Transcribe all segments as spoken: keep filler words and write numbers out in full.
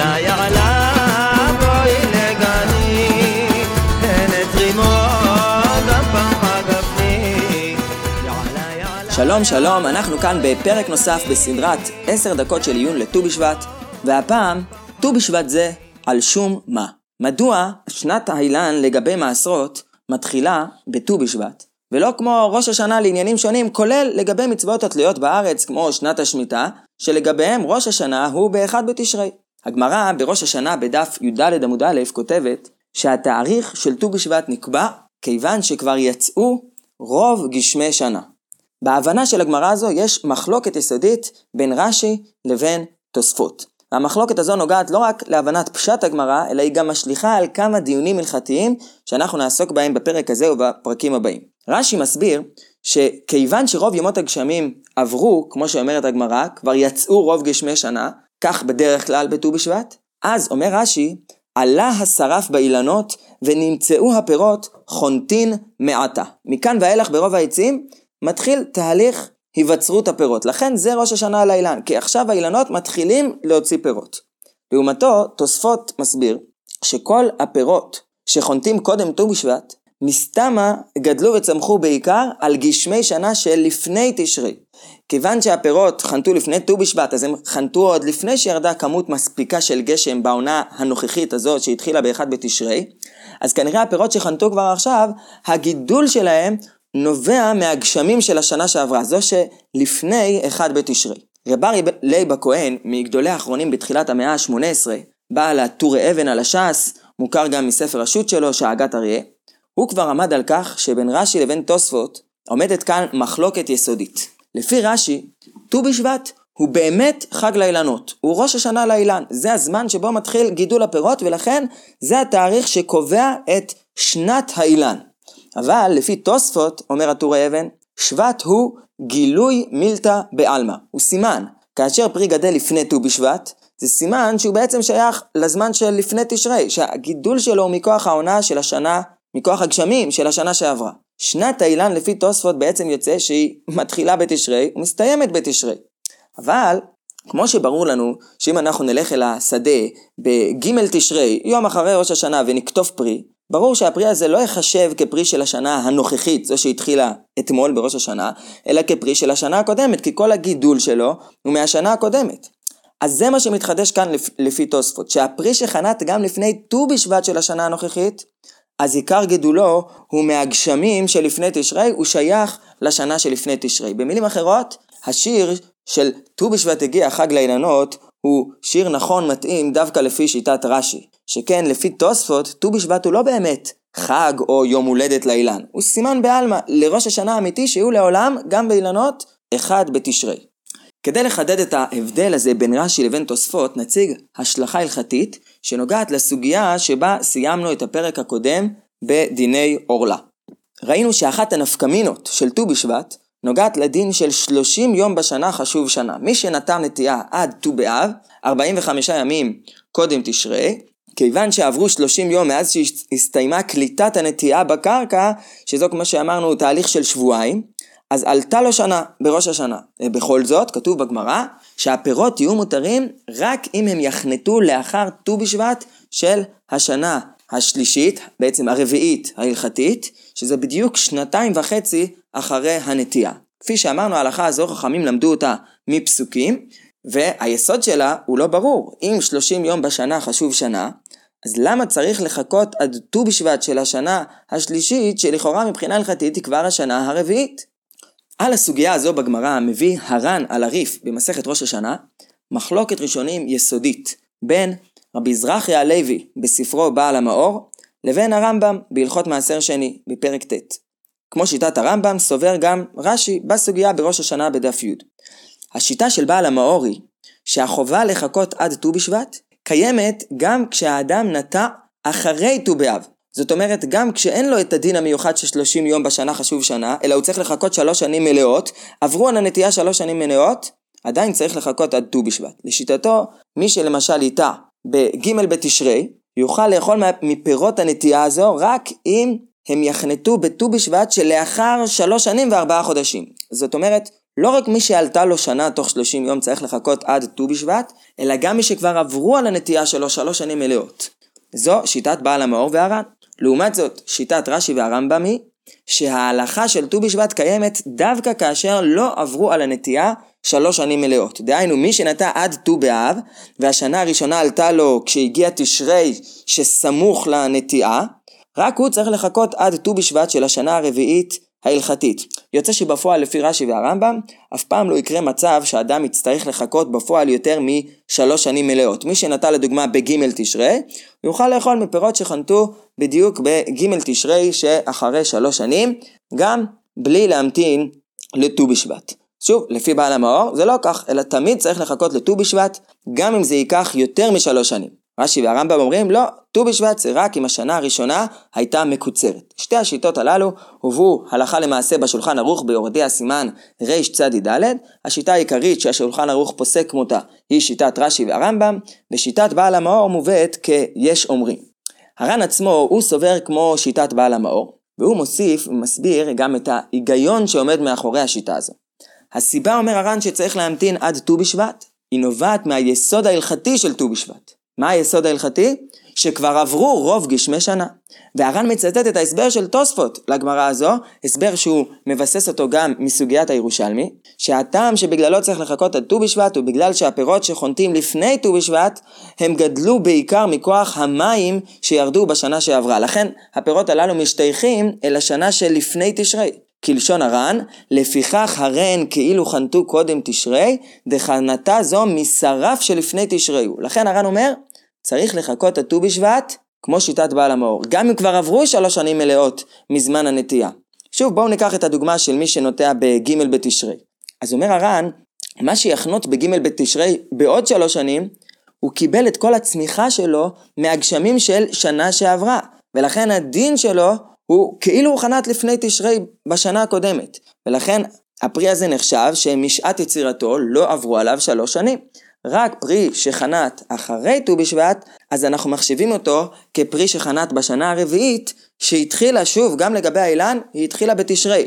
יעלה יעלה בואי לגני הנת רימוד הפחד הפני יעלה יעלה. שלום שלום, אנחנו כאן בפרק נוסף בסדרת עשר דקות של עיון לט"ו בשבט, והפעם ט"ו בשבט זה על שום מה. מדוע שנת האילן לגבי מעשרות מתחילה בט"ו בשבט, ולא כמו ראש השנה לעניינים שונים, כולל לגבי מצוות התלויות בארץ כמו שנת השמיטה, שלגביהם ראש השנה הוא באחד בתשרי. הגמרא בראש השנה בדף י"ד עמוד א' כותבת שהתאריך של ט"ו בשבט נקבע כיוון שכבר יצאו רוב גשמי שנה. בהבנה של הגמרא הזו יש מחלוקת יסודית בין רש"י לבין תוספות. המחלוקת הזו נוגעת לא רק להבנת פשט הגמרא, אלא היא גם משליכה על כמה דיונים הלכתיים שאנחנו נעסוק בהם בפרק הזה ובפרקים הבאים. רש"י מסביר שכיוון שרוב ימות הגשמים עברו, כמו שאומרת הגמרא, כבר יצאו רוב גשמי שנה, כך בדרך כלל בט"ו בשבט, אז אומר רש"י, עלה השרף באילנות ונמצאו הפירות חונטין מעטה. מכאן ואילך ברוב העצים מתחיל תהליך היווצרות הפירות. לכן זה ראש השנה על האילן, כי עכשיו האילנות מתחילים להוציא פירות. לעומתו, תוספות מסביר שכל הפירות שחונטים קודם ט"ו בשבט, מסתמה גדלו וצמחו בעיקר על גשמי שנה של לפני תשרי. כיוון שהפירות חנתו לפני ט"ו בשבט, אז הם חנתו עוד לפני שירדה כמות מספיקה של גשם בעונה הנוכחית הזאת שהתחילה באחד בתשרי, אז כנראה הפירות שחנתו כבר עכשיו, הגידול שלהם נובע מהגשמים של השנה שעברה, זו שלפני אחד בתשרי. רב אריה לייב הכהן, מגדולי האחרונים בתחילת המאה ה-שמונה עשרה, בעל הטורי אבן על הש"ס, מוכר גם מספר השו"ת שלו, שאגת אריה, הוא כבר עמד על כך שבין רש"י לבין תוספות עומדת כאן מחלוקת יסודית. לפי רש"י, ט"ו בשבט הוא באמת חג לאילנות, הוא ראש השנה לאילן, זה הזמן שבו מתחיל גידול הפירות, ולכן זה התאריך שקובע את שנת האילן. אבל לפי תוספות, אומר הטורי אבן, שבט הוא גילוי מילתא בעלמא, הוא סימן. כאשר פרי גדל לפני ט"ו בשבט, זה סימן שהוא בעצם שייך לזמן של לפני תשרי, שהגידול שלו הוא מכוח העונה של השנה, מכוח הגשמים של השנה שעברה. שנת האילן לפי תוספות בעצם יוצא שהיא מתחילה בתשרי ומסתיימת בתשרי. אבל כמו שברור לנו שאם אנחנו נלך אל השדה בג' תשרי, יום אחרי ראש השנה, ונקטוף פרי, ברור שהפרי הזה לא יחשב כפרי של השנה הנוכחית, זו שהתחילה אתמול בראש השנה, אלא כפרי של השנה הקודמת, כי כל הגידול שלו הוא מהשנה הקודמת. אז זה מה שמתחדש כאן לפי תוספות, שהפרי שחנת גם לפני ט"ו בשבט של השנה הנוכחית, אז עיקר גידולו הוא מהגשמים שלפני תשרי, הוא שייך לשנה שלפני תשרי. במילים אחרות, השיר של ט"ו בשבט הגיע חג לאילנות, הוא שיר נכון מתאים דווקא לפי שיטת רש"י. שכן לפי תוספות, ט"ו בשבט הוא לא באמת חג או יום הולדת לאילן. הוא סימן בעלמא לראש השנה האמיתי שהוא לעולם גם באילנות אחד בתשרי. כדי לחדד את ההבדל הזה בין רש"י לבין תוספות, נציג השלכה הלכתית שנוגעת לסוגיה שבה סיימנו את הפרק הקודם בדיני אורלה. ראינו שאחת הנפקמינות של ט"ו בשבט נוגעת לדין של שלושים יום בשנה חשוב שנה. מי שנתן נטייה עד ט"ו באב, ארבעים וחמישה ימים קודם תשרי, כיוון שעברו שלושים יום מאז שהסתיימה קליטת הנטייה בקרקע, שזו כמו שאמרנו תהליך של שבועיים, אז עלתה לו שנה בראש השנה. בכל זאת, כתוב בגמרא שהפירות יהיו מותרים רק אם הם יחנתו לאחר ט"ו בשבט של השנה השלישית, בעצם הרביעית ההלכתית, שזה בדיוק שנתיים וחצי אחרי הנטייה. כפי שאמרנו, ההלכה הזו חכמים למדו אותה מפסוקים, והיסוד שלה הוא לא ברור. אם שלושים יום בשנה חשוב שנה, אז למה צריך לחכות עד ט"ו בשבט של השנה השלישית, שלכאורה מבחינה הלכתית היא כבר השנה הרביעית? על הסוגיה הזו בגמרא מביא הר"ן על הריף במסכת ראש השנה, מחלוקת ראשונים יסודית, בין רבי זרחיה הלוי בספרו בעל המאור, לבין הרמב"ם בהלכות מעשר שני בפרק ט'. כמו שיטת הרמב"ם סובר גם רש"י בסוגיה בראש השנה בדף י'. השיטה של בעל המאור היא שהחובה לחכות עד ט"ו בשבט קיימת גם כשהאדם נטע אחרי ט"ו באב. זאת אומרת, גם כשאין לו את הדין המיוחד של שלושים יום בשנה חשוב שנה, אלא הוא צריך לחכות שלוש שנים מלאות, עברו על הנטייה שלוש שנים מלאות, עדיין צריך לחכות עד ט"ו בשבט. לשיטתו, מי שלמשל ייטע בג' בתשרי, יוכל לאכול מפירות הנטייה הזו רק אם הם יחנתו בט"ו בשבט שלאחר שלוש שנים וארבעה חודשים. זאת אומרת, לא רק מי שעלתה לו שנה תוך שלושים יום צריך לחכות עד ט"ו בשבט, אלא גם מי שכבר עברו על הנטייה שלו שלוש שנים מלאות. זו שיטת בעל המאור והר"ן. לעומת זאת, שיטת רש"י והרמב"ם היא שההלכה של ט"ו בשבט קיימת דווקא כאשר לא עברו על הנטייה שלוש שנים מלאות. דהיינו, מי שנטע עד ט"ו באב, והשנה הראשונה עלתה לו כשהגיע תשרי שסמוך לנטייה, רק הוא צריך לחכות עד ט"ו בשבט של השנה הרביעית ההלכתית. יוצא שבפועל לפי רש"י והרמב"ם, אף פעם לא יקרה מצב שאדם יצטרך לחכות בפועל יותר משלוש שנים מלאות. מי שנטע לדוגמה בג' תשרי, הוא יוכל לאכול מפירות שחנתו בדיוק בג' תשרי שאחרי שלוש שנים, גם בלי להמתין לט"ו בשבט. שוב, לפי בעל המאור, זה לא כך, אלא תמיד צריך לחכות לט"ו בשבט, גם אם זה ייקח יותר משלוש שנים. רש"י והרמב"ם אומרים, לא, ט"ו בשבט זה רק אם השנה הראשונה הייתה מקוצרת. שתי השיטות הללו הובאו הלכה למעשה בשולחן ערוך ביורדי הסימן רצ"ד. השיטה העיקרית שהשולחן ערוך פוסק כמותה היא שיטת רש"י והרמב"ם, ושיטת בעל המאור מובאת כיש אומרים. הר"ן עצמו הוא סובר כמו שיטת בעל המאור, והוא מוסיף ומסביר גם את ההיגיון שעומד מאחורי השיטה הזו. הסיבה, אומר הר"ן, שצריך להמתין עד ט"ו בשבט, היא נובעת מהיסוד ההלכתי של ט"ו בשבט. מה היסוד ההלכתי? שכבר עברו רוב גשמי שנה. והר"ן מצטט את ההסבר של תוספות לגמרא הזו, הסבר שהוא מבסס אותו גם מסוגיית הירושלמי, שהטעם שבגללו צריך לחכות עד ט"ו בשבט הוא בגלל שהפירות שחונטים לפני ט"ו בשבט הם גדלו בעיקר מכוח המים שירדו בשנה שעברה. לכן הפירות הללו משתייכים אל השנה שלפני תשרי. כלשון הר"ן, לפיכך הרן כאילו חנתו קודם תשרי, דחנתה זו משרף שלפני תשרי. לכן הר"ן אומר, צריך לחכות עד ט"ו בשבט כמו שיטת בעל המאור, גם אם כבר עברו שלוש שנים מלאות מזמן הנטייה. שוב, בואו ניקח את הדוגמה של מי שנוטע בג' בתשרי. אז אומר הר"ן, מה שיחנות בג' בתשרי בעוד שלוש שנים, הוא קיבל את כל הצמיחה שלו מהגשמים של שנה שעברה, ולכן הדין שלו הוא כאילו הוא חנת לפני תשרי בשנה הקודמת, ולכן הפרי הזה נחשב שמשעת יצירתו לא עברו עליו שלוש שנים. רק פרי שחנת אחרי ט"ו בשבט, אז אנחנו מחשיבים אותו כפרי שחנת בשנה הרביעית, שהתחילה שוב גם לגבי האילן, היא התחילה בתשרי.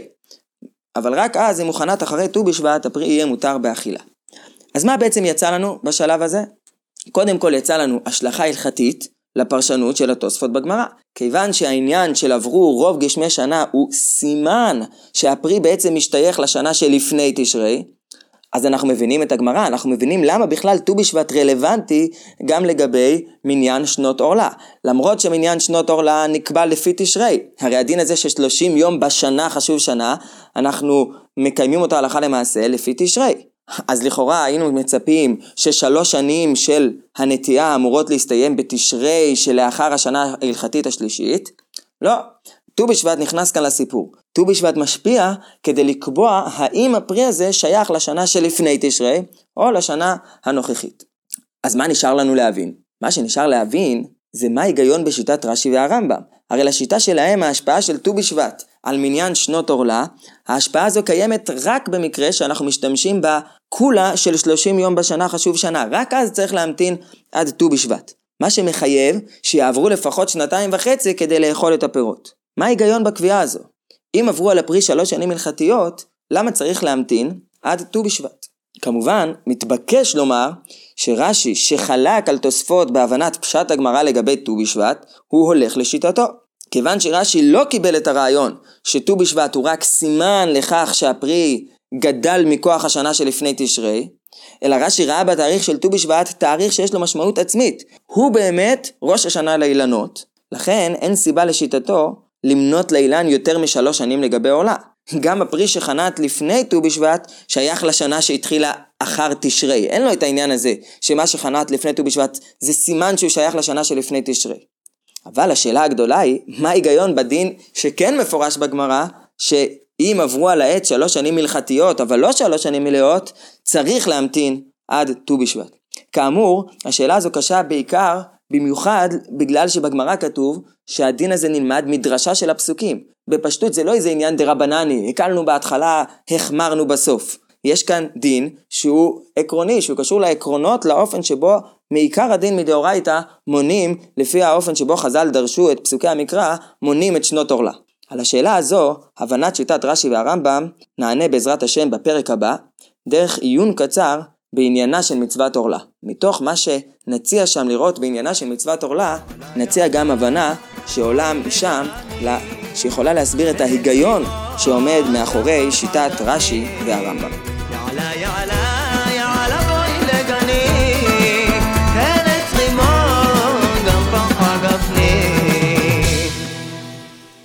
אבל רק אז אם הוא חנת אחרי ט"ו בשבט, הפרי יהיה מותר באכילה. אז מה בעצם יצא לנו בשלב הזה? קודם כל יצא לנו השלכה הלכתית לפרשנות של התוספות בגמרא. כיוון שהעניין של עברו רוב גשמי שנה הוא סימן שהפרי בעצם משתייך לשנה שלפני תשרי, אז אנחנו מבינים את הגמרא, אנחנו מבינים למה בכלל ט"ו בשבט רלוונטי גם לגבי מניין שנות עורלה. למרות שמניין שנות עורלה נקבע לפי תשרי, הרי הדין הזה ששלושים יום בשנה חשוב שנה, אנחנו מקיימים אותו הלכה למעשה לפי תשרי. אז לכאורה היינו מצפים ששלוש שנים של הנטייה אמורות להסתיים בתשרי שלאחר השנה ההלכתית השלישית. לא, ט"ו בשבט נכנס כאן לסיפור. ט"ו בשבט משפיע כדי לקבוע האם הפרי הזה שייך לשנה שלפני תשרי או לשנה הנוכחית. אז מה נשאר לנו להבין? מה שנשאר להבין זה מה ההיגיון בשיטת רש"י והרמב"ם. הרי לשיטה שלהם ההשפעה של ט"ו בשבט על מניין שנות עורלה, ההשפעה הזו קיימת רק במקרה שאנחנו משתמשים בקולה של שלושים יום בשנה חשוב שנה. רק אז צריך להמתין עד ט"ו בשבט. מה שמחייב שיעברו לפחות שנתיים וחצי כדי לאכול את הפירות. מה ההיגיון בקביעה הזו? אם עברו על הפרי שלוש שנים הלכתיות, למה צריך להמתין עד ט"ו בשבט? כמובן, מתבקש לומר שרש"י שחלק על תוספות בהבנת פשט הגמרא לגבי ט"ו בשבט, הוא הולך לשיטתו. כיוון שרש"י לא קיבל את הרעיון שט"ו בשבט הוא רק סימן לכך שהפרי גדל מכוח השנה שלפני תשרי, אלא רש"י ראה בתאריך של ט"ו בשבט תאריך שיש לו משמעות עצמית. הוא באמת ראש השנה לאילנות, לכן אין סיבה לשיטתו למנות לאילן יותר משלוש שנים לגבי עורלה. גם הפרי שחנת לפני ט"ו בשבט שייך לשנה שהתחילה אחר תשרי. אין לו את העניין הזה שמה שחנת לפני ט"ו בשבט זה סימן שהוא שייך לשנה שלפני תשרי. אבל השאלה הגדולה היא, מה ההיגיון בדין שכן מפורש בגמרא, שאם עברו על העת שלוש שנים הלכתיות אבל לא שלוש שנים מלאות, צריך להמתין עד ט"ו בשבט. כאמור, השאלה הזו קשה בעיקר במיוחד בגלל שבגמרא כתוב שהדין הזה נלמד מדרשה של הפסוקים. בפשטות זה לא איזה עניין דרבנני, הקלנו בהתחלה, החמרנו בסוף. יש כאן דין שהוא עקרוני, שהוא קשור לעקרונות, לאופן שבו מעיקר הדין מדאורייתא מונים, לפי האופן שבו חז"ל דרשו את פסוקי המקרא, מונים את שנות עורלה. על השאלה הזו, הבנת שיטת רש"י והרמב"ם, נענה בעזרת השם בפרק הבא, דרך עיון קצר בעניינה של מצוות עורלה. מתוך מה שנציע שם לראות בעניינה של מצוות עורלה, נציע גם הבנה שעולה משם, שיכולה להסביר את ההיגיון שעומד מאחורי שיטת רש"י והרמב"ם.